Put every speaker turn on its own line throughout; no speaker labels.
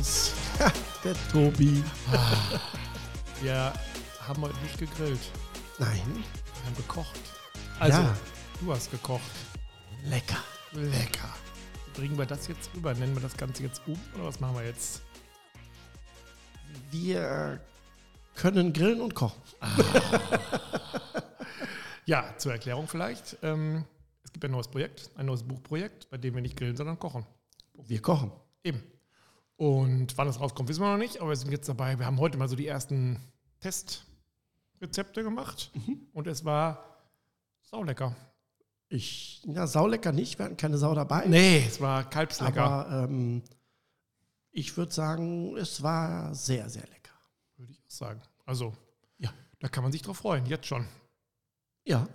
Markus.
Der Tobi.
Wir haben heute nicht gegrillt.
Nein.
Wir haben gekocht. Also,
Ja.
du hast gekocht.
Lecker.
Lecker. Bringen wir das jetzt rüber? Nennen wir das Ganze jetzt um? Oder was machen wir jetzt?
Wir können grillen und kochen.
Ja, zur Erklärung vielleicht. Es gibt ein neues Projekt, ein neues Buchprojekt, bei dem wir nicht grillen, sondern kochen.
Wir kochen.
Eben. Und wann es rauskommt, wissen wir noch nicht. Aber wir sind jetzt dabei. Wir haben heute mal so die ersten Testrezepte gemacht. Und es war saulecker.
Saulecker nicht, wir hatten keine Sau dabei.
Nee, es war kalbslecker.
Aber ich würde sagen, es war sehr, sehr lecker.
Würde ich auch sagen. Also,
Ja.
da kann man sich drauf freuen, jetzt schon.
Ja,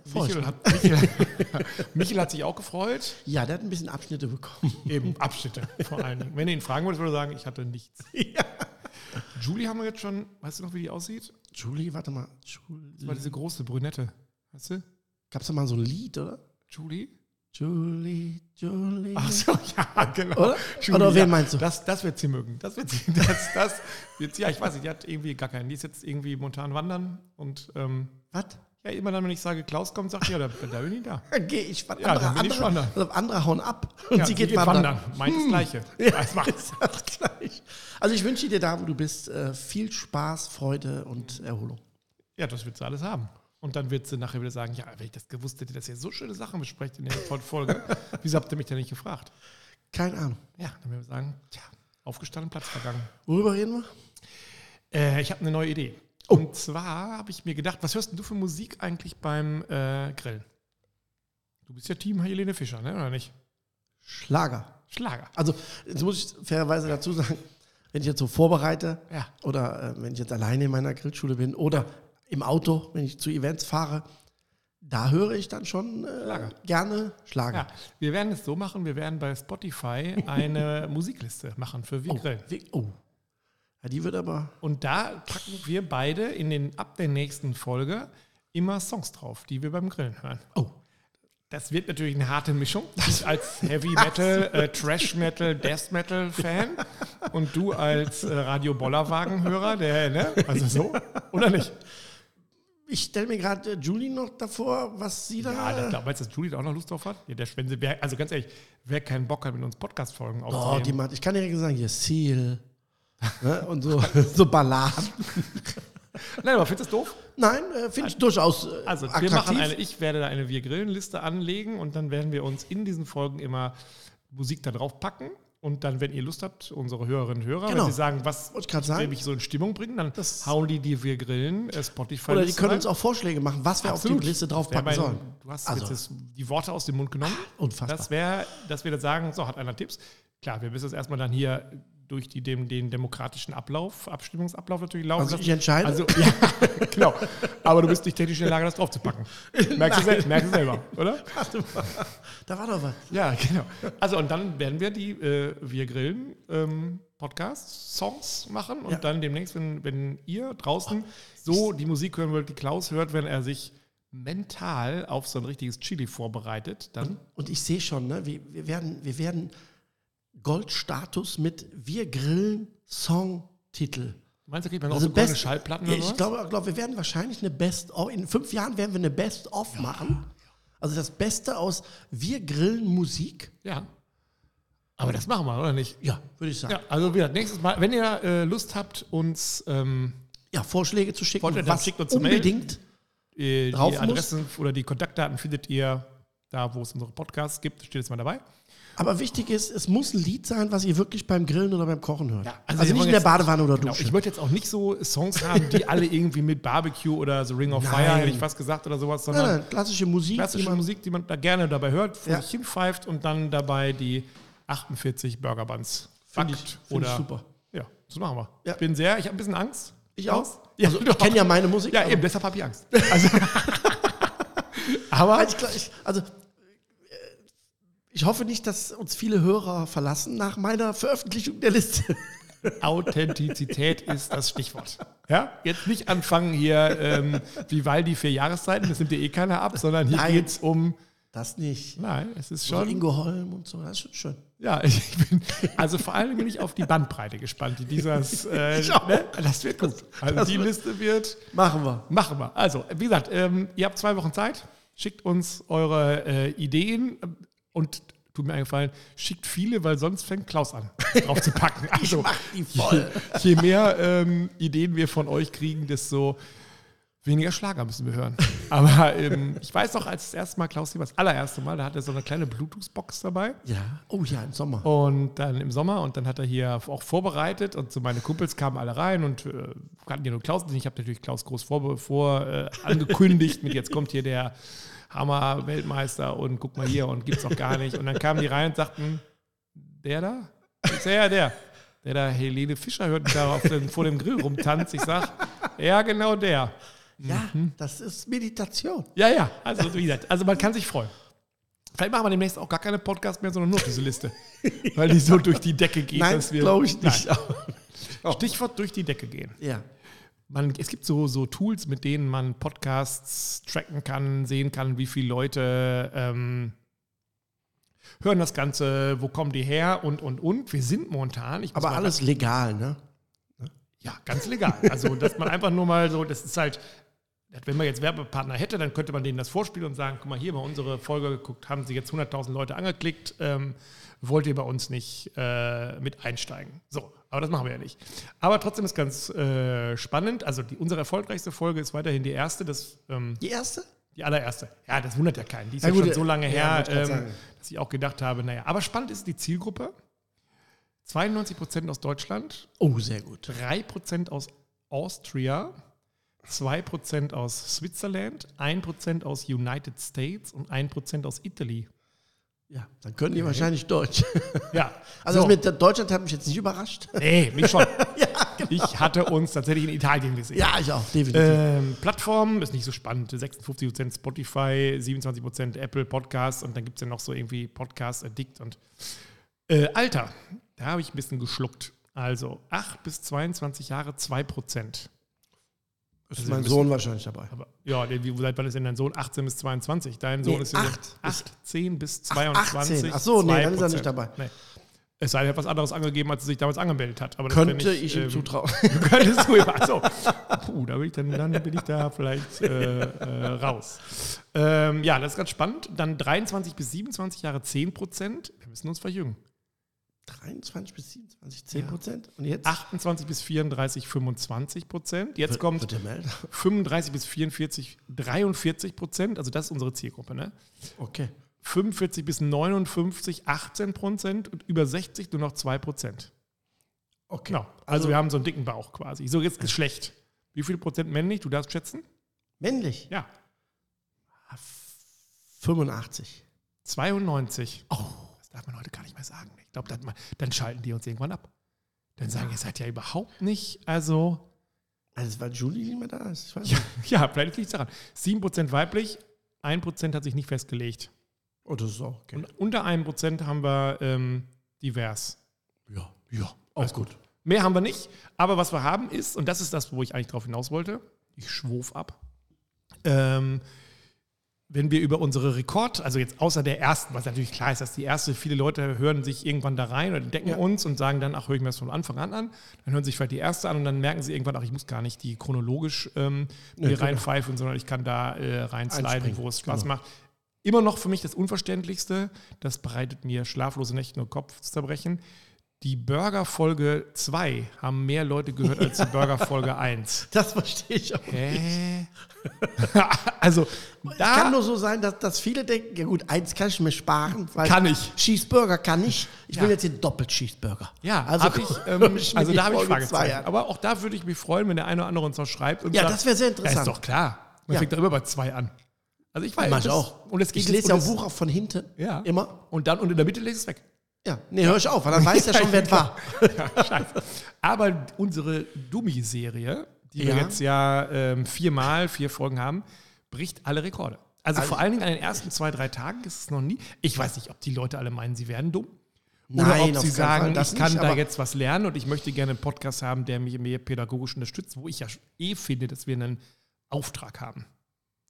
Michael hat sich auch gefreut.
Ja, der hat ein bisschen Abschnitte bekommen.
Eben, Abschnitte vor allen Dingen. Wenn ihr ihn fragen würdet, würde er sagen, ich hatte nichts.
Ja.
Julie haben wir jetzt schon, weißt du noch, wie die aussieht?
Julie, warte mal.
Das war diese große Brünette. Weißt du?
Gab es da mal so ein Lied, oder?
Julie?
Julie.
Ach so, ja, genau.
Oder?
Julie,
Oder wen
ja.
meinst du?
Das wird sie mögen. Das wird sie, ja, ich weiß nicht, die hat irgendwie gar keinen. Die ist jetzt irgendwie momentan wandern und,
Was?
ja, immer dann, wenn ich sage, Klaus kommt, sagt ja, da bin ich da.
Geh ich von
Ja, dann bin ich wandern.
andere hauen ab und
Ja,
sie geht wandern.
Meint das Gleiche.
Ja,
Das macht
ist das gleich. Also ich wünsche dir da, wo du bist, viel Spaß, Freude und Erholung.
Ja, das wird sie alles haben. Und dann wird sie nachher wieder sagen, ja, wenn ich das gewusst hätte, dass ihr so schöne Sachen besprecht in der Folge, wieso habt ihr mich denn nicht gefragt?
Keine Ahnung.
Ja, dann werden wir sagen, tja, aufgestanden, Platz vergangen.
Worüber reden wir?
Ich habe eine neue Idee.
Oh.
Und zwar habe ich mir gedacht, was hörst denn du für Musik eigentlich beim Grillen? Du bist ja Team Helene Fischer, ne? Oder nicht?
Schlager.
Schlager.
Also, jetzt muss ich fairerweise dazu sagen, wenn ich jetzt so vorbereite
Ja.
oder wenn ich jetzt alleine in meiner Grillschule bin oder im Auto, wenn ich zu Events fahre, da höre ich dann schon gerne Schlager.
Ja, wir werden es so machen, wir werden bei Spotify eine Musikliste machen für Wir Grillen.
Ja, die wird aber...
Und da packen wir beide ab der nächsten Folge immer Songs drauf, die wir beim Grillen hören.
Oh.
Das wird natürlich eine harte Mischung. Ich als Heavy Metal, Trash Metal, Death Metal Fan und du als Radio Bollerwagen-Hörer, also so, oder nicht?
Ich stelle mir gerade Julie noch davor, was sie da...
Ja, meinst du, dass Julie da auch noch Lust drauf hat? Ja, also ganz ehrlich, wer keinen Bock hat, mit uns Podcast-Folgen aufzunehmen.
Ich kann direkt sagen, hier Seal ne, und so Balladen.
Nein, aber findest du das doof?
Nein, finde ich durchaus
Also
attraktiv.
ich werde da eine Wir-Grillen-Liste anlegen und dann werden wir uns in diesen Folgen immer Musik da drauf packen. Und dann, wenn ihr Lust habt, unsere Hörerinnen und Hörer,
Genau.
wenn sie sagen, was
Wollte ich gerade sagen.
will mich so in Stimmung bringen, dann hauen die Wir Grillen Spotify.
Oder die können uns auch Vorschläge machen, was wir auf die Liste draufpacken sollen.
Du hast
Also.
jetzt die Worte aus dem Mund genommen.
Unfassbar.
Dass wir dann sagen, so, hat einer Tipps? Klar, wir müssen es erstmal dann hier durch den demokratischen Abstimmungsablauf natürlich laufen.
Also ich entscheide?
Also, ja, genau. Aber du bist nicht technisch in der Lage, das draufzupacken. Merkst du selber, oder?
Da war doch was.
Ja, genau. Also und dann werden wir die Wir Grillen Podcast-Songs machen und dann demnächst, wenn ihr draußen so die Musik hören wollt, die Klaus hört, wenn er sich mental auf so ein richtiges Chili vorbereitet, dann...
Und ich sehe schon, ne, wir werden Goldstatus mit Wir Grillen Songtitel.
Meinst du, kriegt man auch
Also
so goldene Schallplatten oder
Ich
was?
glaube, wir werden wahrscheinlich eine Best-of, in 5 Jahren werden wir eine Best-of machen. Also das Beste aus Wir Grillen Musik.
Ja. Aber das machen wir, oder nicht?
Ja, würde ich sagen.
Ja, also wieder nächstes Mal, wenn ihr Lust habt, uns
Vorschläge zu schicken,
dann
was
schickt uns eine
unbedingt
die
drauf muss.
Adressen oder die Kontaktdaten findet ihr da, wo es unsere Podcasts gibt, steht jetzt mal dabei.
Aber wichtig ist, es muss ein Lied sein, was ihr wirklich beim Grillen oder beim Kochen hört.
Ja,
also
wir
nicht
wollen
in der
jetzt-
Badewanne oder
Genau,
Dusche.
ich möchte jetzt auch nicht so Songs haben, die alle irgendwie mit Barbecue oder The Ring of
Nein.
Fire, hätte ich fast gesagt, oder sowas, sondern
Nein, klassische Musik.
klassische Musik, die man da gerne dabei hört, vor
Ja.
sich hinpfeift und dann dabei die 48 Burger Buns
Finde
backt.
ich super.
Ja, das machen wir.
Ja.
Ich habe ein bisschen Angst.
Ich auch.
Ja,
Also,
du
ich kenne
auch.
ja meine Musik.
Ja,
aber-
eben, deshalb habe ich Angst. Also, aber
Ich hoffe nicht, dass uns viele Hörer verlassen nach meiner Veröffentlichung der Liste.
Authentizität ist das Stichwort. Ja? Jetzt nicht anfangen hier Vivaldi 4 Jahreszeiten, das nimmt dir eh keiner ab, sondern hier
Nein.
geht es um
Das nicht.
Nein, es ist
So
schon.
Ingo Holm und so, das ist schon schön.
Ja, also vor allem bin ich auf die Bandbreite gespannt, die dieses, das wird gut. Also die Liste wird.
Machen wir.
Also, wie gesagt, ihr habt 2 Wochen Zeit, schickt uns eure Ideen und tut mir eingefallen, schickt viele, weil sonst fängt Klaus an, drauf zu packen. Also,
Ich mach die voll.
Je mehr Ideen wir von euch kriegen, desto weniger Schlager müssen wir hören. Aber ich weiß noch, als das erste Mal Klaus hier war, das allererste Mal, da hat er so eine kleine Bluetooth-Box dabei.
Ja. Oh ja, im Sommer.
Und dann im Sommer und dann hat er hier auch vorbereitet und so meine Kumpels kamen alle rein und kannten ja nur Klaus. Und ich habe natürlich Klaus groß angekündigt mit jetzt kommt hier der Hammer-Weltmeister und guck mal hier und gibt's auch gar nicht. Und dann kamen die rein und sagten, der da? Ich sag, ja, der da Helene Fischer hört da vor dem Grill rumtanzt. Ich sag, ja, genau der.
Ja, das ist Meditation.
Ja, also wie gesagt, also man kann sich freuen. Vielleicht machen wir demnächst auch gar keine Podcast mehr, sondern nur diese Liste. Weil die so durch die Decke geht.
Nein, glaube ich nicht.
Stichwort durch die Decke gehen.
Ja.
Es gibt so Tools, mit denen man Podcasts tracken kann, sehen kann, wie viele Leute hören das Ganze, wo kommen die her und. Wir sind momentan...
Aber alles legal, ne?
Ja, ganz legal. Also, dass man einfach nur mal so, das ist halt... Wenn man jetzt Werbepartner hätte, dann könnte man denen das vorspielen und sagen, guck mal, hier bei unsere Folge geguckt, haben sie jetzt 100.000 Leute angeklickt, wollt ihr bei uns nicht mit einsteigen? So, aber das machen wir ja nicht. Aber trotzdem ist ganz spannend, also unsere erfolgreichste Folge ist weiterhin die erste.
Die erste?
Die allererste. Ja, das wundert ja keinen. Die ist
ja
schon so lange her,
dass
ich auch gedacht habe, naja, aber spannend ist die Zielgruppe. 92% aus Deutschland.
Oh, sehr gut.
3% aus Austria. 2% aus Switzerland, 1% aus United States und 1% aus Italy.
Ja, dann können die wahrscheinlich Deutsch.
Ja.
Also das mit Deutschland hat mich jetzt nicht überrascht.
Nee, mich schon.
Ja, genau.
Ich hatte uns tatsächlich in Italien gesehen.
Ja, ich auch, definitiv.
Plattform ist nicht so spannend. 56% Spotify, 27% Apple Podcasts und dann gibt es ja noch so irgendwie Podcast Addict und Alter, da habe ich ein bisschen geschluckt. Also 8 bis 22 Jahre 2%.
Ist mein Sohn wahrscheinlich dabei.
Aber, ja, seit wann ist denn dein Sohn? 18 bis 22. Dein Sohn ist ja 18 bis 22.
18. Achso, nee, dann ist er nicht dabei.
Nee. Es sei denn, er hat was anderes angegeben, als er sich damals angemeldet hat. Aber das
könnte ich ihm zutrauen.
Könntest du ihm, achso. Da bin ich da vielleicht raus. Ja, das ist ganz spannend. Dann 23 bis 27 Jahre 10%. Wir müssen uns verjüngen.
23 bis 27, 10%. Und jetzt?
28 bis 34, 25%. Jetzt kommt 35 bis 44, 43%. Also das ist unsere Zielgruppe, ne?
Okay.
45 bis 59, 18% und über 60 nur noch 2%.
Okay.
Genau. Also wir haben so einen dicken Bauch quasi. So, jetzt Geschlecht. Wie viel Prozent männlich? Du darfst schätzen?
Männlich?
Ja.
85.
92. Oh. Darf man heute gar nicht mehr sagen. Ich glaube, dann schalten die uns irgendwann ab. Dann sagen, ihr seid ja überhaupt nicht, also
weil Julie nicht mehr da ist. Ich weiß
nicht. Ja, vielleicht liegt es daran. 7% weiblich, 1% hat sich nicht festgelegt.
Oh, das ist auch okay.
Und unter 1% haben wir divers.
Ja, alles gut.
Mehr haben wir nicht, aber was wir haben ist, und das ist das, wo ich eigentlich drauf hinaus wollte, ich schwurf ab, wenn wir über unsere also jetzt außer der ersten, was natürlich klar ist, dass die erste, viele Leute hören sich irgendwann da rein oder entdecken uns und sagen dann, ach, höre ich mir das von Anfang an. Dann hören sich vielleicht die erste an und dann merken sie irgendwann, ach, ich muss gar nicht die chronologisch hier reinpfeifen, sondern ich kann da reinsliden, wo es Spaß macht. Immer noch für mich das Unverständlichste, das bereitet mir schlaflose Nächte und Kopfzerbrechen. Die Burger-Folge 2 haben mehr Leute gehört als die Burger-Folge 1.
Das verstehe ich auch nicht.
Also,
es kann nur so sein, dass viele denken, ja gut, 1 kann ich mir sparen. Weil
kann ich.
Cheeseburger kann ich. Ich will jetzt den Doppel-Cheeseburger.
Ja,
also
da habe ich Fragezeichen. Aber auch da würde ich mich freuen, wenn der eine oder andere uns noch schreibt. Und sagt,
das wäre sehr interessant.
Ja, ist doch klar. Man fängt doch immer bei 2 an. Also ich weiß.
Ich auch.
Und
ich lese ja ein Buch auch von hinten.
Ja.
Immer.
Und in der Mitte lese es weg.
Ja, nee, hör ich auf, weil dann weiß ja schon, wer es war.
Ja, scheiße. Aber unsere Dummi-Serie, die wir jetzt 4 Folgen haben, bricht alle Rekorde. Also vor allen Dingen an den ersten 2-3 Tagen ist es noch nie. Ich weiß nicht, ob die Leute alle meinen, sie werden dumm. Oder ob sie sagen, ich kann da jetzt was lernen und ich möchte gerne einen Podcast haben, der mich mehr pädagogisch unterstützt, wo ich ja finde, dass wir einen Auftrag haben.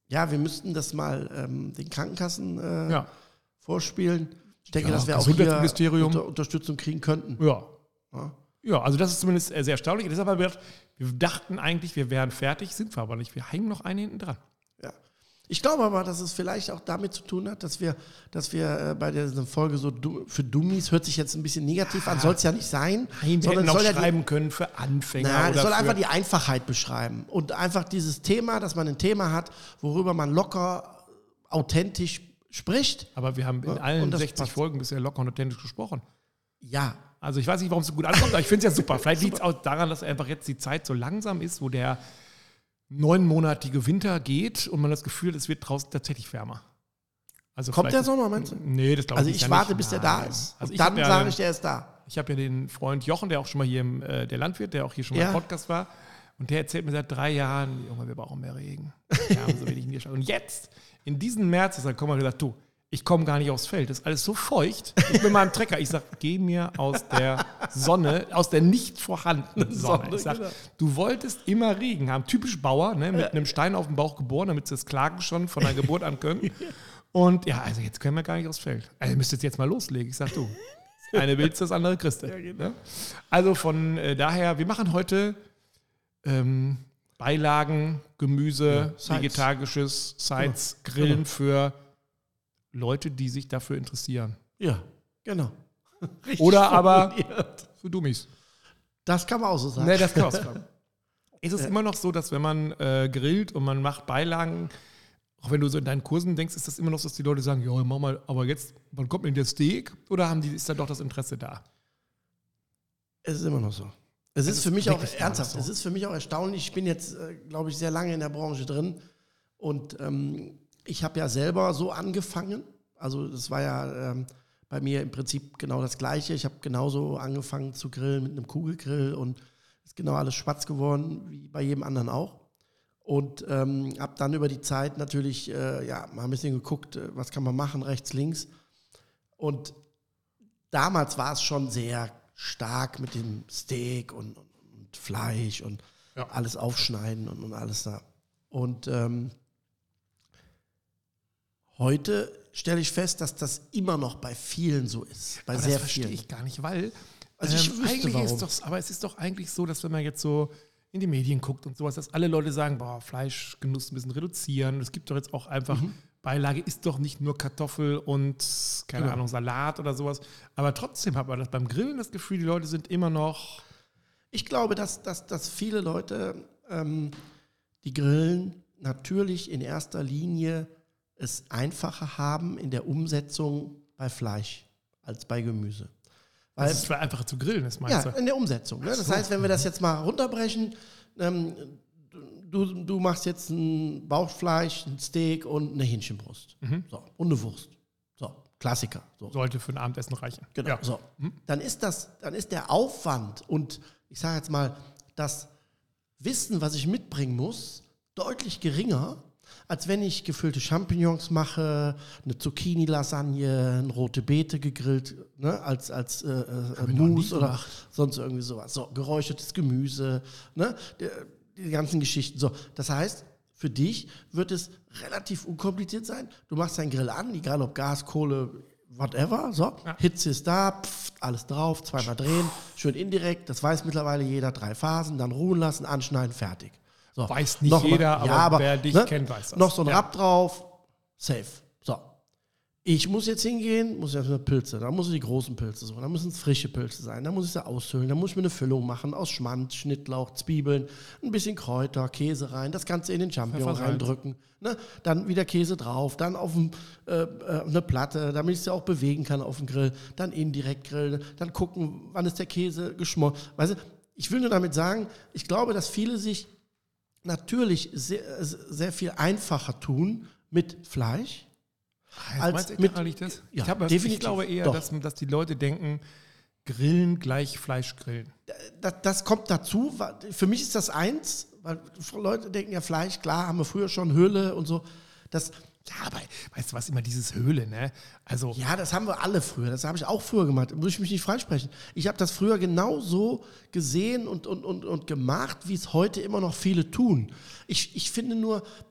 Ja, wir müssten das mal den Krankenkassen vorspielen. Ich denke, dass wir auch hier Unterstützung kriegen könnten.
Ja, also das ist zumindest sehr erstaunlich. Deshalb haben wir dachten eigentlich, wir wären fertig, sind wir aber nicht. Wir hängen noch einen hinten dran.
Ja. Ich glaube aber, dass es vielleicht auch damit zu tun hat, dass wir bei dieser Folge so für Dummies, hört sich jetzt ein bisschen negativ an, soll es ja nicht sein.
Nein, wir hätten auch schreiben können für Anfänger.
Es soll einfach die Einfachheit beschreiben und einfach dieses Thema, dass man ein Thema hat, worüber man locker, authentisch spricht.
Aber wir haben in allen 60 Folgen bisher locker und authentisch gesprochen.
Ja.
Also ich weiß nicht, warum es so gut ankommt, aber ich finde es ja super. Vielleicht liegt es auch daran, dass einfach jetzt die Zeit so langsam ist, wo der 9-monatige Winter geht und man das Gefühl hat, es wird draußen tatsächlich wärmer. Also
kommt der Sommer, meinst du?
Nee, das glaube ich nicht.
Also ich warte, bis der da ist.
Also
dann sage ich, der ist da.
Ich habe ja den Freund Jochen, der auch schon mal hier der Landwirt, der auch hier schon mal im Podcast war. Und der erzählt mir seit 3 Jahren, Junge, wir brauchen mehr Regen. Wir haben so wenig Niederschlag. Und jetzt, in diesem März, ist er gekommen und gesagt, du, ich komme gar nicht aufs Feld. Das ist alles so feucht. Ich bin mal im Trecker. Ich sage, geh mir aus der Sonne, aus der nicht vorhandenen Sonne. Ich sage, du wolltest immer Regen haben. Typisch Bauer, ne, mit einem Stein auf dem Bauch geboren, damit sie das Klagen schon von der Geburt an können. Und ja, also jetzt können wir gar nicht aufs Feld. Also ihr müsst jetzt mal loslegen. Ich sage, du, das eine willst, das andere kriegst du. Ne? Also von daher, wir machen heute Beilagen, Gemüse, vegetarisches, Sides, Grillen für Leute, die sich dafür interessieren.
Ja, genau.
Richtig oder aber für Dummies.
Das kann man auch so sagen.
Nee, das kann auch so sagen. Es ist immer noch so, dass wenn man grillt und man macht Beilagen, auch wenn du so in deinen Kursen denkst, ist das immer noch so, dass die Leute sagen, ja, mach mal, aber jetzt, wann kommt denn der Steak? Oder ist da doch das Interesse da?
Es ist immer noch so. Es ist für mich auch ernsthaft. So. Es ist für mich auch erstaunlich. Ich bin jetzt, glaube ich, sehr lange in der Branche drin und ich habe ja selber so angefangen, also das war ja bei mir im Prinzip genau das Gleiche. Ich habe genauso angefangen zu grillen mit einem Kugelgrill und ist genau alles schwarz geworden, wie bei jedem anderen auch. Und habe dann über die Zeit natürlich mal ein bisschen geguckt, was kann man machen, rechts, links. Und damals war es schon sehr stark mit dem Steak und Fleisch und alles aufschneiden und alles da. Und heute stelle ich fest, dass das immer noch bei vielen so ist. Bei
aber
sehr
das verstehe
vielen.
Ich gar nicht, weil
also ich wüsste, warum.
Aber es ist doch eigentlich so, dass wenn man jetzt so in die Medien guckt und sowas, dass alle Leute sagen, boah, Fleischgenuss ein bisschen reduzieren. Es gibt doch jetzt auch einfach, Beilage ist doch nicht nur Kartoffel und, keine Ahnung, Salat oder sowas. Aber trotzdem hat man das beim Grillen das Gefühl, die Leute sind immer noch...
Ich glaube, dass viele Leute, die grillen, natürlich in erster Linie es einfacher haben in der Umsetzung bei Fleisch als bei Gemüse. Weil,
das ist einfacher zu grillen, das meinst du?
Ja, in der Umsetzung. Ne? Das heißt, wenn wir das jetzt mal runterbrechen, du machst jetzt ein Bauchfleisch, ein Steak und eine Hähnchenbrust. So, und eine Wurst. So, Klassiker. So.
Sollte für ein Abendessen reichen.
Genau. Ja. So. Dann ist der Aufwand und ich sage jetzt mal, das Wissen, was ich mitbringen muss, deutlich geringer, als wenn ich gefüllte Champignons mache, eine Zucchini-Lasagne, eine rote Beete gegrillt, ne, als Mousse oder sonst irgendwie sowas. So, geräuchertes Gemüse, ne, die ganzen Geschichten. So, das heißt, für dich wird es relativ unkompliziert sein. Du machst deinen Grill an, egal ob Gas, Kohle, whatever. So, Hitze ist da, alles drauf, zweimal drehen, schön indirekt, das weiß mittlerweile jeder, 3 Phasen, dann ruhen lassen, anschneiden, fertig. So,
weiß nicht jeder, aber wer dich kennt, weiß das.
Noch so ein Rapp drauf, safe. So. Ich muss jetzt hingehen, muss jetzt eine Pilze, da muss ich die großen Pilze suchen, da müssen es frische Pilze sein, da muss ich sie aushöhlen, da muss ich mir eine Füllung machen aus Schmand, Schnittlauch, Zwiebeln, ein bisschen Kräuter, Käse rein, das Ganze in den Champignon reindrücken, ne? Dann wieder Käse drauf, dann auf eine Platte, damit ich sie auch bewegen kann auf dem Grill, dann indirekt grillen, dann gucken, wann ist der Käse geschmolzen. Weißt du, ich will nur damit sagen, ich glaube, dass viele sich natürlich sehr, sehr viel einfacher tun mit Fleisch.
Als mit das?
Ja,
ich glaube eher, dass die Leute denken, Grillen gleich Fleisch grillen.
Das kommt dazu. Für mich ist das eins, weil Leute denken ja Fleisch, klar, haben wir früher schon Höhle und so.
Ja, aber weißt du was, immer dieses Höhle, ne? Also
ja, das haben wir alle früher. Das habe ich auch früher gemacht. Da muss ich mich nicht freisprechen. Ich habe das früher genauso gesehen und gemacht, wie es heute immer noch viele tun. Ich finde nur,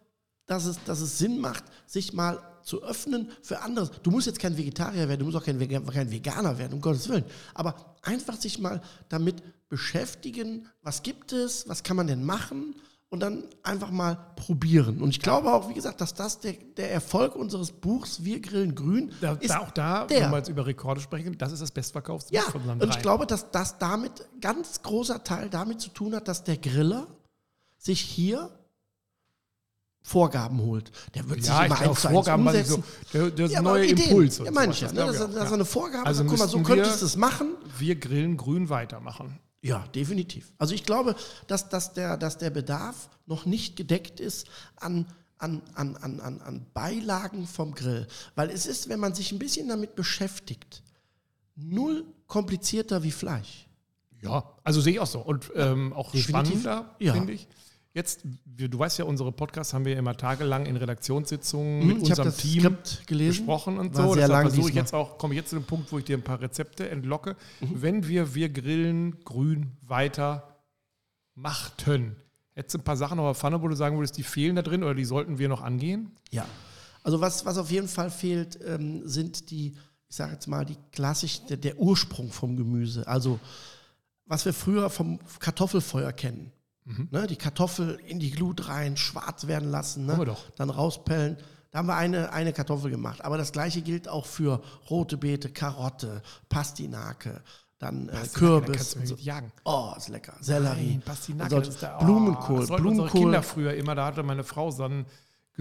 dass es Sinn macht, sich mal zu öffnen für anderes. Du musst jetzt kein Vegetarier werden, du musst auch kein Veganer werden, um Gottes Willen. Aber einfach sich mal damit beschäftigen, was gibt es, was kann man denn machen und dann einfach mal probieren. Und ich glaube auch, wie gesagt, dass das der Erfolg unseres Buchs Wir grillen grün ist.
Auch da, wenn wir jetzt über Rekorde sprechen, das ist das bestverkaufste Buch von unseren 3.
Und ich glaube, dass das damit ganz großer Teil damit zu tun hat, dass der Griller sich hier Vorgaben holt. Der wird sich immer eins zu eins umsetzen.
Der ist ein neuer Impuls.
Ja, meine ich ja. Das ist eine Vorgabe. Also guck mal, so könntest du es machen.
Wir grillen grün weitermachen.
Ja, definitiv. Also ich glaube, dass der Bedarf noch nicht gedeckt ist an Beilagen vom Grill. Weil es ist, wenn man sich ein bisschen damit beschäftigt, null komplizierter wie Fleisch.
Ja, also sehe ich auch so. Und auch
definitiv.
Spannender, finde ich. Jetzt, du weißt ja, unsere Podcasts haben wir immer tagelang in Redaktionssitzungen mit unserem Team besprochen und so. Deshalb komme ich jetzt zu dem Punkt, wo ich dir ein paar Rezepte entlocke. Wenn wir grillen grün weiter machten, hättest du ein paar Sachen auf der Pfanne, wo du sagen würdest, die fehlen da drin oder die sollten wir noch angehen?
Ja, also was auf jeden Fall fehlt, sind die, ich sage jetzt mal, die klassischen, der Ursprung vom Gemüse. Also was wir früher vom Kartoffelfeuer kennen. Ne, die Kartoffel in die Glut rein, schwarz werden lassen, ne, dann rauspellen. Da haben wir eine Kartoffel gemacht. Aber das Gleiche gilt auch für rote Beete, Karotte, Pastinake, dann Kürbis.
Kannst du mir jagen.
Oh, ist lecker. Sellerie.
Nein, Pastinake,
das ist Blumenkohl.
Das unsere Kinder früher immer, da hatte meine Frau so einen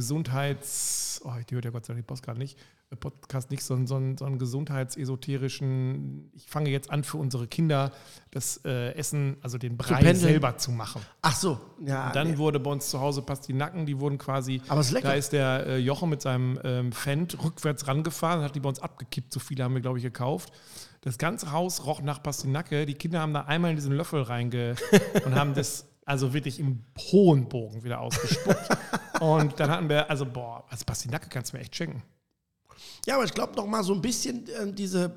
die hört ja Gott sei Dank den Podcast nicht, so einen gesundheitsesoterischen, ich fange jetzt an für unsere Kinder das Essen, also den Brei selber zu machen.
Ach so, ja.
Und dann wurde bei uns zu Hause Pastinaken, die wurden quasi,
aber ist lecker.
Da ist der Jochen mit seinem Fendt rückwärts rangefahren, hat die bei uns abgekippt, so viele haben wir, glaube ich, gekauft. Das ganze Haus roch nach Pastinake, die Kinder haben da einmal in diesen Löffel und haben das also wirklich im hohen Bogen wieder ausgespuckt. Und dann hatten wir, Pastinake kannst du mir echt schenken.
Ja, aber ich glaube noch mal so ein bisschen diese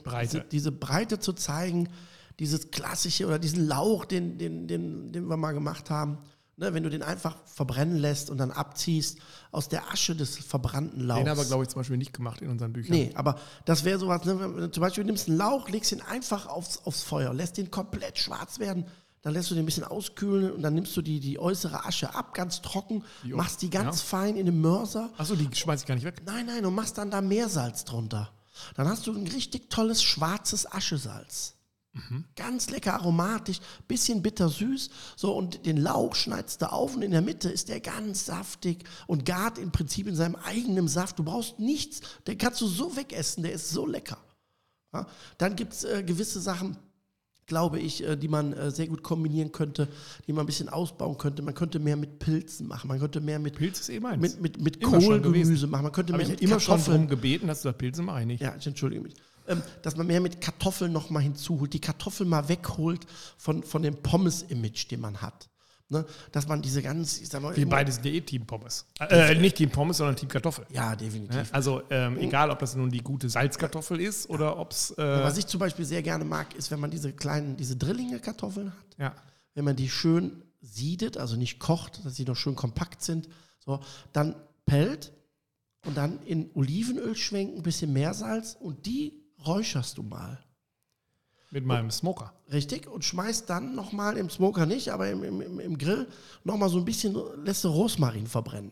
Breite zu zeigen, dieses klassische oder diesen Lauch, den wir mal gemacht haben. Ne, wenn du den einfach verbrennen lässt und dann abziehst aus der Asche des verbrannten Lauchs.
Den haben wir, glaube ich, zum Beispiel nicht gemacht in unseren Büchern.
Nee, aber das wäre sowas, ne, zum Beispiel du nimmst einen Lauch, legst ihn einfach aufs Feuer, lässt den komplett schwarz werden, dann lässt du den ein bisschen auskühlen und dann nimmst du die äußere Asche ab, ganz trocken, machst die ganz fein in den Mörser.
Achso, die schmeiß ich gar nicht weg?
Nein, und machst dann da Meersalz drunter. Dann hast du ein richtig tolles schwarzes Aschesalz. Ganz lecker aromatisch, bisschen bittersüß. So, und den Lauch schneidest du auf und in der Mitte ist der ganz saftig und gart im Prinzip in seinem eigenen Saft. Du brauchst nichts, den kannst du so wegessen, der ist so lecker. Ja? Dann gibt es gewisse Sachen, glaube ich, die man sehr gut kombinieren könnte, die man ein bisschen ausbauen könnte. Man könnte mehr mit Pilzen machen, man könnte mehr mit
Pilz ist eins.
Mit Kohlgemüse machen. Man könnte mehr mit
immer schon darum gebeten, dass du da Pilze mache ich nicht.
Ja, ich entschuldige mich. Dass man mehr mit Kartoffeln noch mal hinzuholt, die Kartoffel mal wegholt von dem Pommes-Image, den man hat. Ne? Dass man diese ganz, ich sag mal...
Wir beide sind ja Team Pommes. Nicht Team Pommes, sondern Team Kartoffel.
Ja, definitiv.
Also egal, ob das nun die gute Salzkartoffel ist oder ob es...
Was ich zum Beispiel sehr gerne mag, ist, wenn man diese Drillinge-Kartoffeln hat.
Ja.
Wenn man die schön siedet, also nicht kocht, dass sie noch schön kompakt sind, so, dann pellt und dann in Olivenöl schwenken, ein bisschen Meersalz und die räucherst du mal.
Mit meinem Smoker.
Richtig, und schmeißt dann nochmal im Smoker nicht, aber im Grill nochmal so ein bisschen, lässt du Rosmarin verbrennen.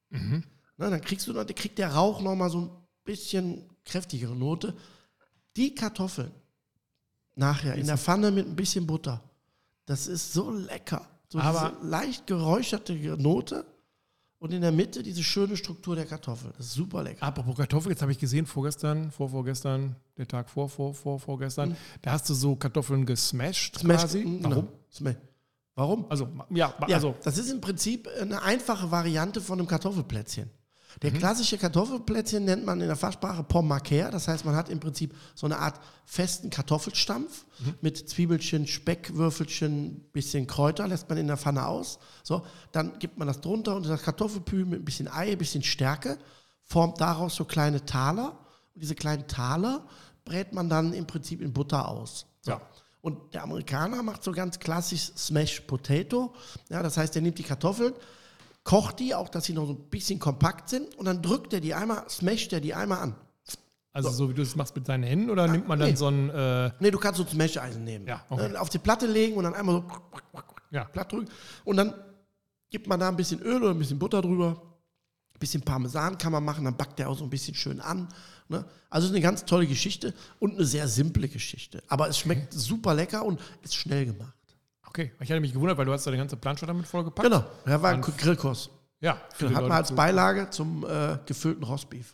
Na, dann kriegt der Rauch nochmal so ein bisschen kräftigere Note. Die Kartoffeln nachher in der Pfanne mit ein bisschen Butter, das ist so lecker. So diese leicht geräucherte Note. Und in der Mitte diese schöne Struktur der Kartoffel. Das ist super lecker.
Apropos Kartoffel, jetzt habe ich gesehen, vorgestern, der Tag vorgestern, da hast du so Kartoffeln gesmashed quasi.
Warum? Warum?
Also,
das ist im Prinzip eine einfache Variante von einem Kartoffelplätzchen. Der klassische Kartoffelplätzchen nennt man in der Fachsprache Pomme marquer. Das heißt, man hat im Prinzip so eine Art festen Kartoffelstampf mit Zwiebelchen, Speckwürfelchen, bisschen Kräuter, lässt man in der Pfanne aus. So, dann gibt man das drunter und das Kartoffelpü mit ein bisschen Ei, ein bisschen Stärke, formt daraus so kleine Taler. Und diese kleinen Taler brät man dann im Prinzip in Butter aus. So.
Ja.
Und der Amerikaner macht so ganz klassisch Smashed Potato. Ja, das heißt, er nimmt die Kartoffeln, kocht die auch, dass sie noch so ein bisschen kompakt sind und dann smasht er die einmal an.
Also so wie du es machst mit deinen Händen oder nimmt man dann so ein...
Nee, du kannst so ein Smash-Eisen nehmen.
Ja, okay.
Auf die Platte legen und dann einmal so platt drücken. Und dann gibt man da ein bisschen Öl oder ein bisschen Butter drüber. Ein bisschen Parmesan kann man machen, dann backt der auch so ein bisschen schön an. Ne? Also es ist eine ganz tolle Geschichte und eine sehr simple Geschichte. Aber es schmeckt super lecker und ist schnell gemacht.
Okay, ich hatte mich gewundert, weil du hast da die ganze Plancha damit vollgepackt.
Genau, da war ein Grillkurs.
Ja.
Hat man als Beilage zum gefüllten Rostbeef.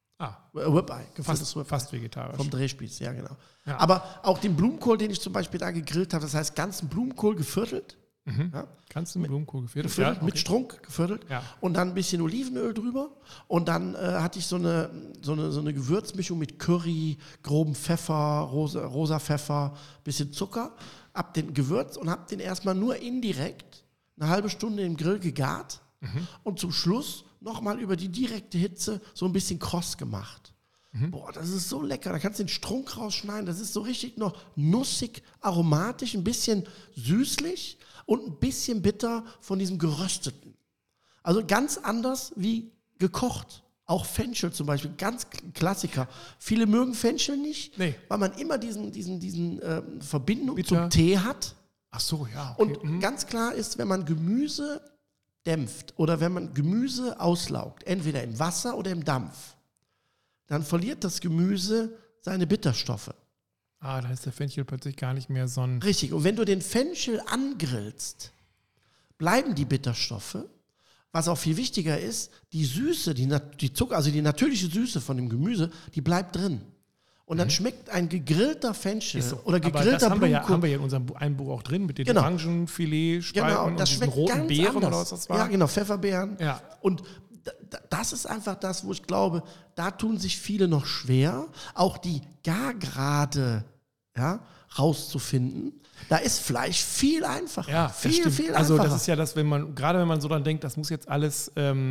Ribeye, gefülltes Ribeye.
Fast vegetarisch.
Vom Drehspieß, ja genau.
Ja.
Aber auch den Blumenkohl, den ich zum Beispiel da gegrillt habe, das heißt ganzen Blumenkohl geviertelt.
Ja? Kannst du einen Blumenkohl geviertelt?
Ja, okay. Mit Strunk geviertelt.
Ja.
Und dann ein bisschen Olivenöl drüber. Und dann hatte ich so eine Gewürzmischung mit Curry, groben Pfeffer, rosa Pfeffer, bisschen Zucker. Hab den gewürzt und hab den erstmal nur indirekt eine halbe Stunde im Grill gegart. Und zum Schluss nochmal über die direkte Hitze so ein bisschen kross gemacht. Boah, das ist so lecker. Da kannst du den Strunk rausschneiden. Das ist so richtig noch nussig, aromatisch, ein bisschen süßlich und ein bisschen bitter von diesem Gerösteten. Also ganz anders wie gekocht. Auch Fenchel zum Beispiel, ganz Klassiker. Viele mögen Fenchel nicht, weil man immer diesen Verbindung zum Tee hat.
Ach so, ja. Okay.
Und ganz klar ist, wenn man Gemüse dämpft oder wenn man Gemüse auslaugt, entweder im Wasser oder im Dampf, dann verliert das Gemüse seine Bitterstoffe.
Da ist der Fenchel plötzlich gar nicht mehr so ein...
Richtig. Und wenn du den Fenchel angrillst, bleiben die Bitterstoffe. Was auch viel wichtiger ist, die Süße, die Zucker, also die natürliche Süße von dem Gemüse, die bleibt drin. Und dann schmeckt ein gegrillter Fenchel oder gegrillter
Blumenkohl. Das haben wir ja in unserem einen Buch auch drin, mit den Orangenfilet-Spalten und diesen roten Beeren
anders.
oder was das war.
Ja, genau, Pfefferbeeren.
Ja.
Und das ist einfach das, wo ich glaube, da tun sich viele noch schwer, auch die Gargrade rauszufinden. Da ist Fleisch viel einfacher.
Ja,
viel einfacher.
Also das ist ja das, wenn man so dann denkt, das muss jetzt alles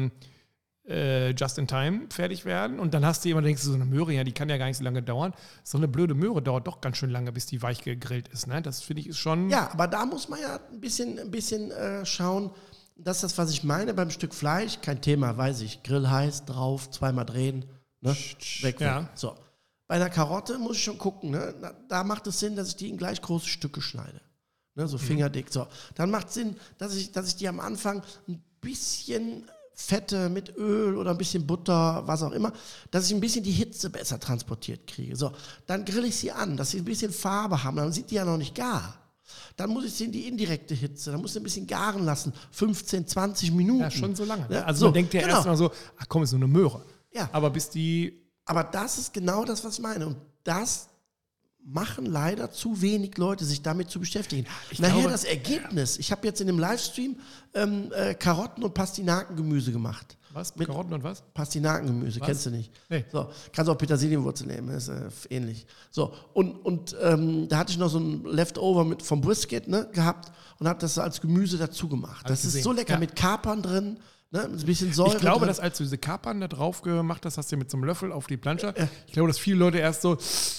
just in time fertig werden und dann hast du jemanden, denkst du, so eine Möhre, ja, die kann ja gar nicht so lange dauern. So eine blöde Möhre dauert doch ganz schön lange, bis die weich gegrillt ist. Ne? Das finde ich ist schon...
Ja, aber da muss man ja ein bisschen schauen, das ist das, was ich meine beim Stück Fleisch. Kein Thema, weiß ich. Grill heiß, drauf, zweimal drehen, ne? Weg.
Ja.
So. Bei einer Karotte muss ich schon gucken, ne? Da macht es Sinn, dass ich die in gleich große Stücke schneide. Ne? So fingerdick. So. Dann macht es Sinn, dass ich die am Anfang ein bisschen Fette mit Öl oder ein bisschen Butter, was auch immer, dass ich ein bisschen die Hitze besser transportiert kriege. So. Dann grill ich sie an, dass sie ein bisschen Farbe haben. Dann sieht die ja noch nicht gar. Dann muss ich sie in die indirekte Hitze, dann muss ich ein bisschen garen lassen, 15, 20 Minuten.
Ja, schon so lange. Ne?
Ja,
also man denkt ja erstmal so, ach komm, ist nur eine Möhre.
Ja.
Aber bis die...
Aber das ist genau das, was ich meine. Und das machen leider zu wenig Leute, sich damit zu beschäftigen. Das Ergebnis, ich habe jetzt in dem Livestream Karotten- und Pastinakengemüse gemacht.
Was? Mit Karotten und was?
Pastinakengemüse, kennst du nicht.
Nee.
So, kannst auch Petersilienwurzel nehmen, ist ähnlich. So, und da hatte ich noch so ein Leftover vom Brisket gehabt und habe das so als Gemüse dazu gemacht. Das ist so lecker mit Kapern drin. Ne, ein bisschen Säure.
Ich glaube,
drin.
dass als du diese Kapern da drauf gemacht hast du mit so einem Löffel auf die Plancha. Ich glaube, dass viele Leute erst so...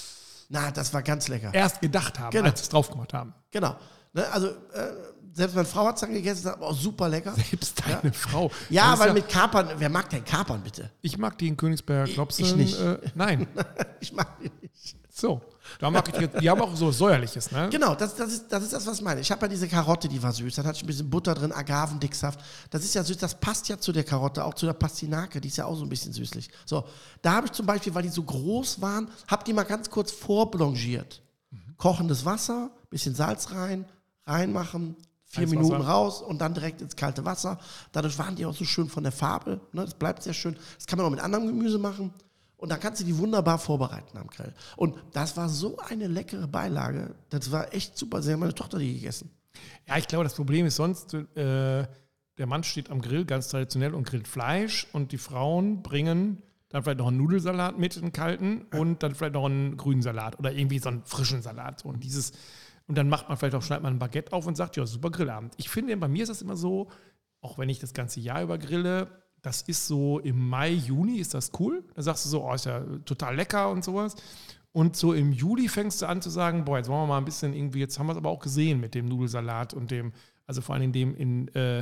Na, das war ganz lecker.
Erst gedacht haben, als sie es drauf gemacht haben.
Genau. Ne, also, selbst meine Frau hat es dann gegessen, sagt, super lecker.
Selbst deine Frau.
Ja, weil mit Kapern, wer mag denn Kapern, bitte?
Ich mag die in Königsberger Klopsen.
Ich nicht.
Nein.
Ich mag die nicht.
So, da mag ich jetzt, die haben auch so Säuerliches, ne?
Genau, das ist das, was ich meine. Ich habe ja diese Karotte, die war süß. Dann hatte ich ein bisschen Butter drin, Agavendicksaft. Das ist ja süß, das passt ja zu der Karotte, auch zu der Pastinake, die ist ja auch so ein bisschen süßlich. So, da habe ich zum Beispiel, weil die so groß waren, habe die mal ganz kurz vorblanchiert. Kochendes Wasser, bisschen Salz reinmachen, 4 Minuten raus und dann direkt ins kalte Wasser. Dadurch waren die auch so schön von der Farbe. Ne? Das bleibt sehr schön. Das kann man auch mit anderem Gemüse machen. Und dann kannst du die wunderbar vorbereiten am Grill. Und das war so eine leckere Beilage. Das war echt super. Sie haben meine Tochter die gegessen.
Ja, ich glaube, das Problem ist sonst, der Mann steht am Grill ganz traditionell und grillt Fleisch und die Frauen bringen dann vielleicht noch einen Nudelsalat mit, einen kalten und dann vielleicht noch einen grünen Salat oder irgendwie so einen frischen Salat. So. Und dann schneidet man ein Baguette auf und sagt, ja, super Grillabend. Ich finde, bei mir ist das immer so, auch wenn ich das ganze Jahr über grille, das ist so im Mai, Juni ist das cool. Da sagst du so, ist ja total lecker und sowas. Und so im Juli fängst du an zu sagen, boah, jetzt wollen wir mal ein bisschen irgendwie, jetzt haben wir es aber auch gesehen mit dem Nudelsalat und dem, also vor allem dem in